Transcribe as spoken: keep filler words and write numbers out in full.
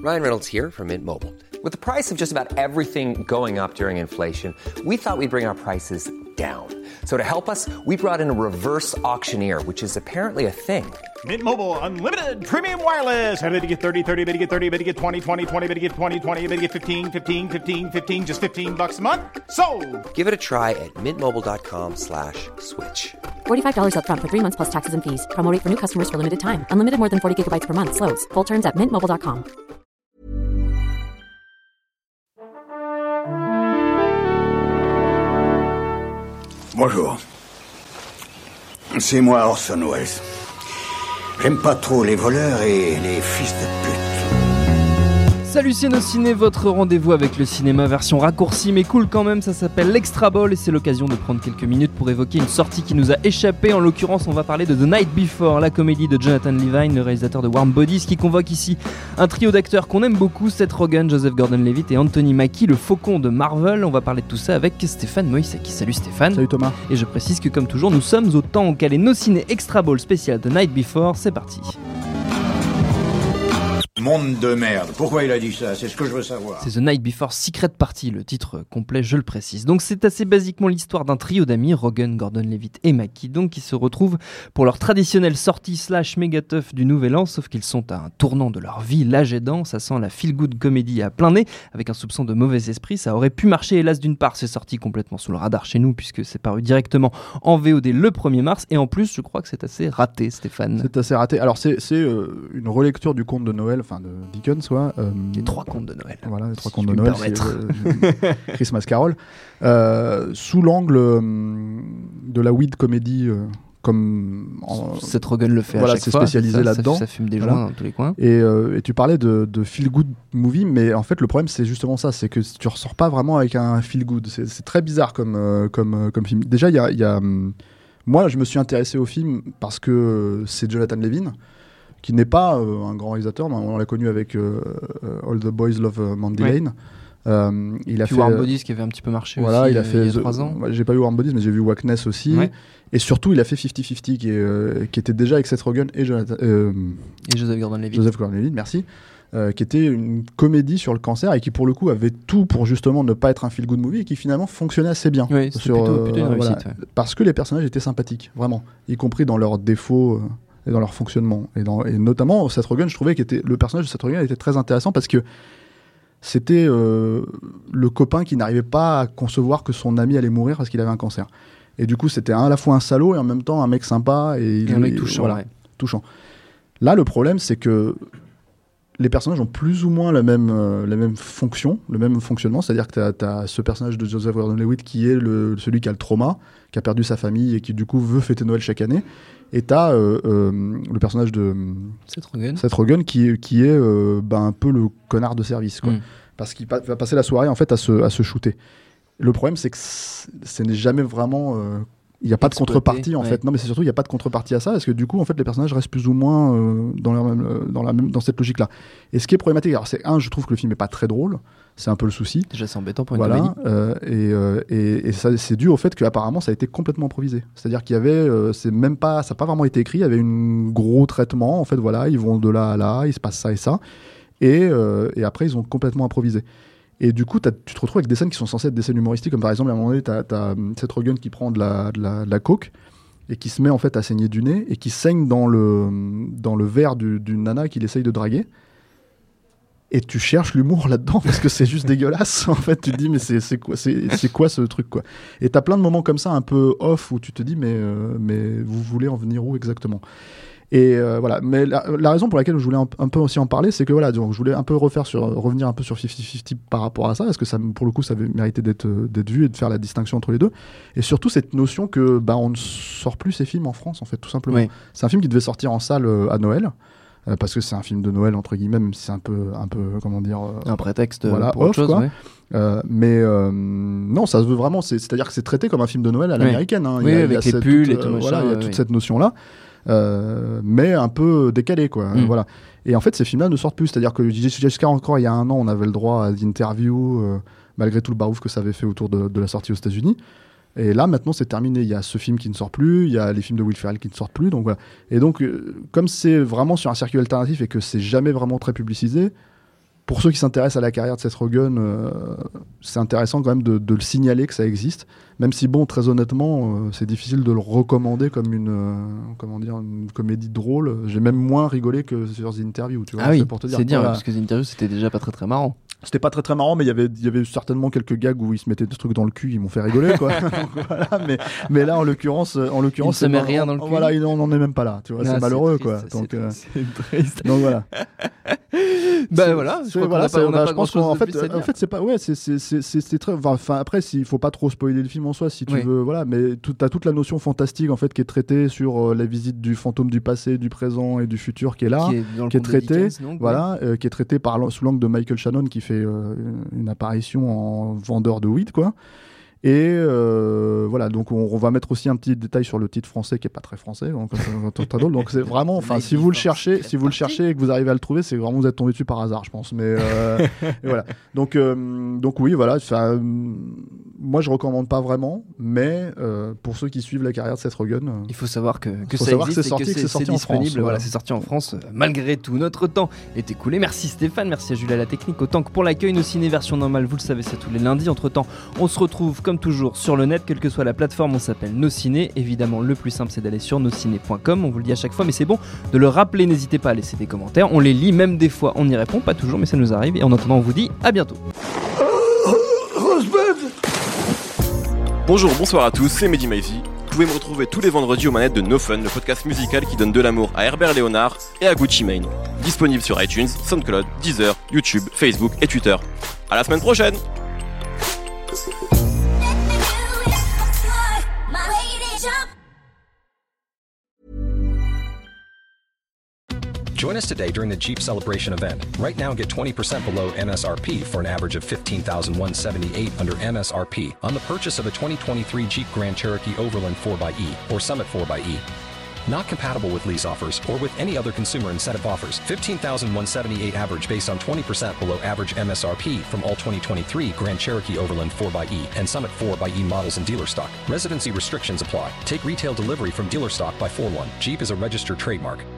Ryan Reynolds here from Mint Mobile. With the price of just about everything going up during inflation, we thought we'd bring our prices down. So to help us, we brought in a reverse auctioneer, which is apparently a thing. Mint Mobile Unlimited Premium Wireless. How to get thirty, thirty, how to get thirty, how to get twenty, twenty, twenty, how to get twenty, twenty, how to get fifteen, fifteen, fifteen, fifteen, just fifteen bucks a month? Sold! Give it a try at mintmobile.com slash switch. forty-five dollars up front for three months plus taxes and fees. Promo rate for new customers for limited time. Unlimited more than forty gigabytes per month. Slows full terms at mint mobile dot com. Bonjour. C'est moi Orson Welles. J'aime pas trop les voleurs et les fils de pute. Salut Ciné, votre rendez-vous avec le cinéma version raccourcie mais cool quand même, ça s'appelle l'Extra Ball et c'est l'occasion de prendre quelques minutes pour évoquer une sortie qui nous a échappé. En l'occurrence, on va parler de The Night Before, la comédie de Jonathan Levine, le réalisateur de Warm Bodies, qui convoque ici un trio d'acteurs qu'on aime beaucoup, Seth Rogen, Joseph Gordon-Levitt et Anthony Mackie, le faucon de Marvel. On va parler de tout ça avec Stéphane Moïsaki. Salut Stéphane. Salut Thomas. Et je précise que comme toujours, nous sommes au temps au calé nos ciné Extra Ball spécial The Night Before, c'est parti. Monde de merde. Pourquoi il a dit ça ? C'est ce que je veux savoir. C'est The Night Before Secret Party, le titre complet, je le précise. Donc c'est assez basiquement l'histoire d'un trio d'amis, Rogen, Gordon-Levitt et Mackie, donc qui se retrouvent pour leur traditionnelle sortie slash méga teuf du Nouvel An, sauf qu'ils sont à un tournant de leur vie, l'âge aidant, ça sent la feel-good comédie à plein nez, avec un soupçon de mauvais esprit. Ça aurait pu marcher, hélas, d'une part, c'est sorti complètement sous le radar chez nous, puisque c'est paru directement en V O D le premier mars, et en plus, je crois que c'est assez raté, Stéphane. C'est assez raté. Alors c'est, c'est euh, une relecture du conte de Noël, enfin de Dickens, quoi. Euh, les trois contes de Noël. Voilà, les trois si contes de Noël. C'est, euh, Christmas Carol. Euh, sous l'angle euh, de la weed comédie, euh, comme en, Seth Rogen le fait voilà, à chaque c'est fois. spécialisé ça, là-dedans. Ça, ça fume des voilà. joints dans tous les coins. Et, euh, et tu parlais de, de feel good movie, mais en fait le problème c'est justement ça, c'est que tu ressors pas vraiment avec un feel good. C'est, c'est très bizarre comme euh, comme euh, comme film. Déjà il y a, y a hum, moi je me suis intéressé au film parce que c'est Jonathan Levine, qui n'est pas euh, un grand réalisateur, mais on l'a connu avec euh, euh, All the Boys Love uh, Mandy ouais. Lane. Euh, il a Puis fait Warm Bodies qui avait un petit peu marché voilà, aussi il a euh, fait il y a The... trois ans. Ouais, j'ai pas vu Warm Bodies, mais j'ai vu Wackness aussi. Ouais. Et surtout, il a fait cinquante cinquante qui, est, euh, qui était déjà avec Seth Rogen et, Jonathan, euh, et Joseph Gordon-Levitt. Joseph Gordon-Levitt, merci. Euh, qui était une comédie sur le cancer et qui pour le coup avait tout pour justement ne pas être un feel-good movie et qui finalement fonctionnait assez bien. Oui, c'était sur, plutôt, plutôt une euh, réussite. voilà, ouais. parce que les personnages étaient sympathiques, vraiment, y compris dans leurs défauts euh, et dans leur fonctionnement. Et, dans, et notamment, Seth Rogen, je trouvais que le personnage de Seth Rogen était très intéressant parce que c'était euh, le copain qui n'arrivait pas à concevoir que son ami allait mourir parce qu'il avait un cancer. Et du coup, c'était à la fois un salaud et en même temps un mec sympa. Et, et il, un mec touchant. Voilà, ouais. touchant. Là, le problème, c'est que les personnages ont plus ou moins la même, euh, la même fonction, le même fonctionnement. C'est-à-dire que tu as ce personnage de Joseph Gordon-Levitt qui est le, celui qui a le trauma, qui a perdu sa famille et qui du coup veut fêter Noël chaque année. Et tu as euh, euh, le personnage de Seth Rogen, Seth Rogen qui, qui est euh, bah, un peu le connard de service, quoi. Mm. Parce qu'il pa- va passer la soirée en fait à se, à se shooter. Le problème, c'est que ce n'est jamais vraiment... Euh, il n'y a pas de contrepartie, en ouais. fait. Non, mais c'est surtout, il n'y a pas de contrepartie à ça, parce que du coup, en fait, les personnages restent plus ou moins euh, dans, la même, euh, dans, la même, dans cette logique-là. Et ce qui est problématique, alors c'est un, je trouve que le film n'est pas très drôle, c'est un peu le souci. Déjà, c'est embêtant pour une voilà, comédie. Euh, et euh, et, et ça, c'est dû au fait qu'apparemment, ça a été complètement improvisé. C'est-à-dire qu'il y avait... Euh, c'est même pas, ça n'a pas vraiment été écrit, il y avait un gros traitement, en fait, voilà, ils vont de là à là, il se passe ça et ça. Et, euh, et après, ils ont complètement improvisé. Et du coup, tu te retrouves avec des scènes qui sont censées être des scènes humoristiques, comme par exemple, à un moment donné, tu as Seth Rogen qui prend de la, de, la, de la coke et qui se met en fait à saigner du nez et qui saigne dans le, dans le verre du, d'une nana qu'il essaye de draguer. Et tu cherches l'humour là-dedans parce que c'est juste dégueulasse. En fait, tu te dis, mais c'est, c'est, quoi, c'est, c'est quoi ce truc, quoi. Et tu as plein de moments comme ça, un peu off, où tu te dis, mais, euh, mais vous voulez en venir où exactement ? Et euh, voilà, mais la, la raison pour laquelle je voulais un, un peu aussi en parler, c'est que voilà, donc je voulais un peu refaire sur, revenir un peu sur cinquante cinquante par rapport à ça, parce que ça, pour le coup, ça avait mérité d'être, d'être vu et de faire la distinction entre les deux. Et surtout cette notion que bah, on ne sort plus ces films en France, en fait, tout simplement. Oui. C'est un film qui devait sortir en salle euh, à Noël, euh, parce que c'est un film de Noël entre guillemets, même si c'est un peu, un peu, comment dire, euh, un prétexte voilà, pour off, autre chose. Quoi. Ouais. Euh, mais euh, non, ça se veut vraiment. C'est, c'est-à-dire que c'est traité comme un film de Noël à l'américaine. Hein. Oui, il y a, avec il y a les cette, pulls toute, et tout euh, machin. Voilà, il y a ouais, toute ouais. cette notion-là. Euh, mais un peu décalé, quoi. Mm. Voilà. Et en fait, ces films-là ne sortent plus. C'est-à-dire que jusqu'à encore il y a un an, on avait le droit à d'interviews, euh, malgré tout le barouf que ça avait fait autour de, de la sortie aux États-Unis. Et là, maintenant, c'est terminé. Il y a ce film qui ne sort plus, il y a les films de Will Ferrell qui ne sortent plus. Donc voilà. Et donc, euh, comme c'est vraiment sur un circuit alternatif et que c'est jamais vraiment très publicisé, pour ceux qui s'intéressent à la carrière de Seth Rogen, euh, c'est intéressant quand même de, de le signaler que ça existe. Même si, bon, très honnêtement, euh, c'est difficile de le recommander comme une, euh, comment dire, une comédie drôle. J'ai même moins rigolé que sur The Interview. Tu vois, ah oui, c'est pour te dire. C'est dire, voilà. parce que The Interview, c'était déjà pas très très marrant. C'était pas très très marrant, mais il y avait il y avait certainement quelques gags où ils se mettaient des trucs dans le cul, ils m'ont fait rigoler quoi. voilà, mais mais là en l'occurrence en l'occurrence il ne se met rien dans le cul. Voilà, on n'en est même pas là, tu vois, ah, c'est malheureux triste, quoi. c'est Donc euh, c'est triste. donc voilà. bah voilà, je, c'est, voilà, pas, c'est, bah, pas je pense qu'en fait en fait c'est pas ouais, c'est c'est c'est c'est, c'est très enfin après s'il faut pas trop spoiler le film en soi si tu oui. veux voilà, mais tu as toute la notion fantastique en fait qui est traitée sur euh, la visite du fantôme du passé, du présent et du futur qui est là, qui est, qui est traitée donc, voilà, ouais. euh, qui est traitée par sous l'angle de Michael Shannon qui fait euh, une apparition en vendeur de weed quoi. Et euh, voilà, donc on, on va mettre aussi un petit détail sur le titre français qui est pas très français, donc, donc c'est vraiment, enfin si vous le cherchez, si vous le cherchez et que vous arrivez à le trouver, c'est vraiment vous êtes tombé dessus par hasard, je pense. Mais euh, et voilà, donc euh, donc oui, voilà, euh, moi je recommande pas vraiment, mais euh, pour ceux qui suivent la carrière de Seth Rogen, euh, il faut savoir que, que faut ça savoir existe que c'est sorti, et que c'est, que c'est sorti c'est en disponible. France, voilà, voilà. c'est sorti en France euh, malgré tout. Notre temps est écoulé. Merci Stéphane, merci à Jules à la technique, autant que pour l'accueil. Nos ciné version normale, vous le savez, c'est tous les lundis. Entre temps, on se retrouve comme toujours sur le net, quelle que soit la plateforme, on s'appelle Nos Ciné. Évidemment, le plus simple, c'est d'aller sur nosciné point com. On vous le dit à chaque fois, mais c'est bon de le rappeler. N'hésitez pas à laisser des commentaires. On les lit, même des fois, on y répond, pas toujours, mais ça nous arrive. Et en attendant, on vous dit à bientôt. Bonjour, bonsoir à tous, c'est Mehdi Maizy. Vous pouvez me retrouver tous les vendredis aux manettes de No Fun, le podcast musical qui donne de l'amour à Herbert Léonard et à Gucci Mane. Disponible sur iTunes, SoundCloud, Deezer, YouTube, Facebook et Twitter. À la semaine prochaine! Join us today during the Jeep Celebration event. Right now, get twenty percent below M S R P for an average of fifteen thousand one hundred seventy-eight dollars under M S R P on the purchase of a twenty twenty-three Jeep Grand Cherokee Overland four by E or Summit four by E. Not compatible with lease offers or with any other consumer incentive offers. fifteen thousand one hundred seventy-eight dollars average based on twenty percent below average M S R P from all twenty twenty-three Grand Cherokee Overland four by E and Summit four by E models in dealer stock. Residency restrictions apply. Take retail delivery from dealer stock by four one. Jeep is a registered trademark.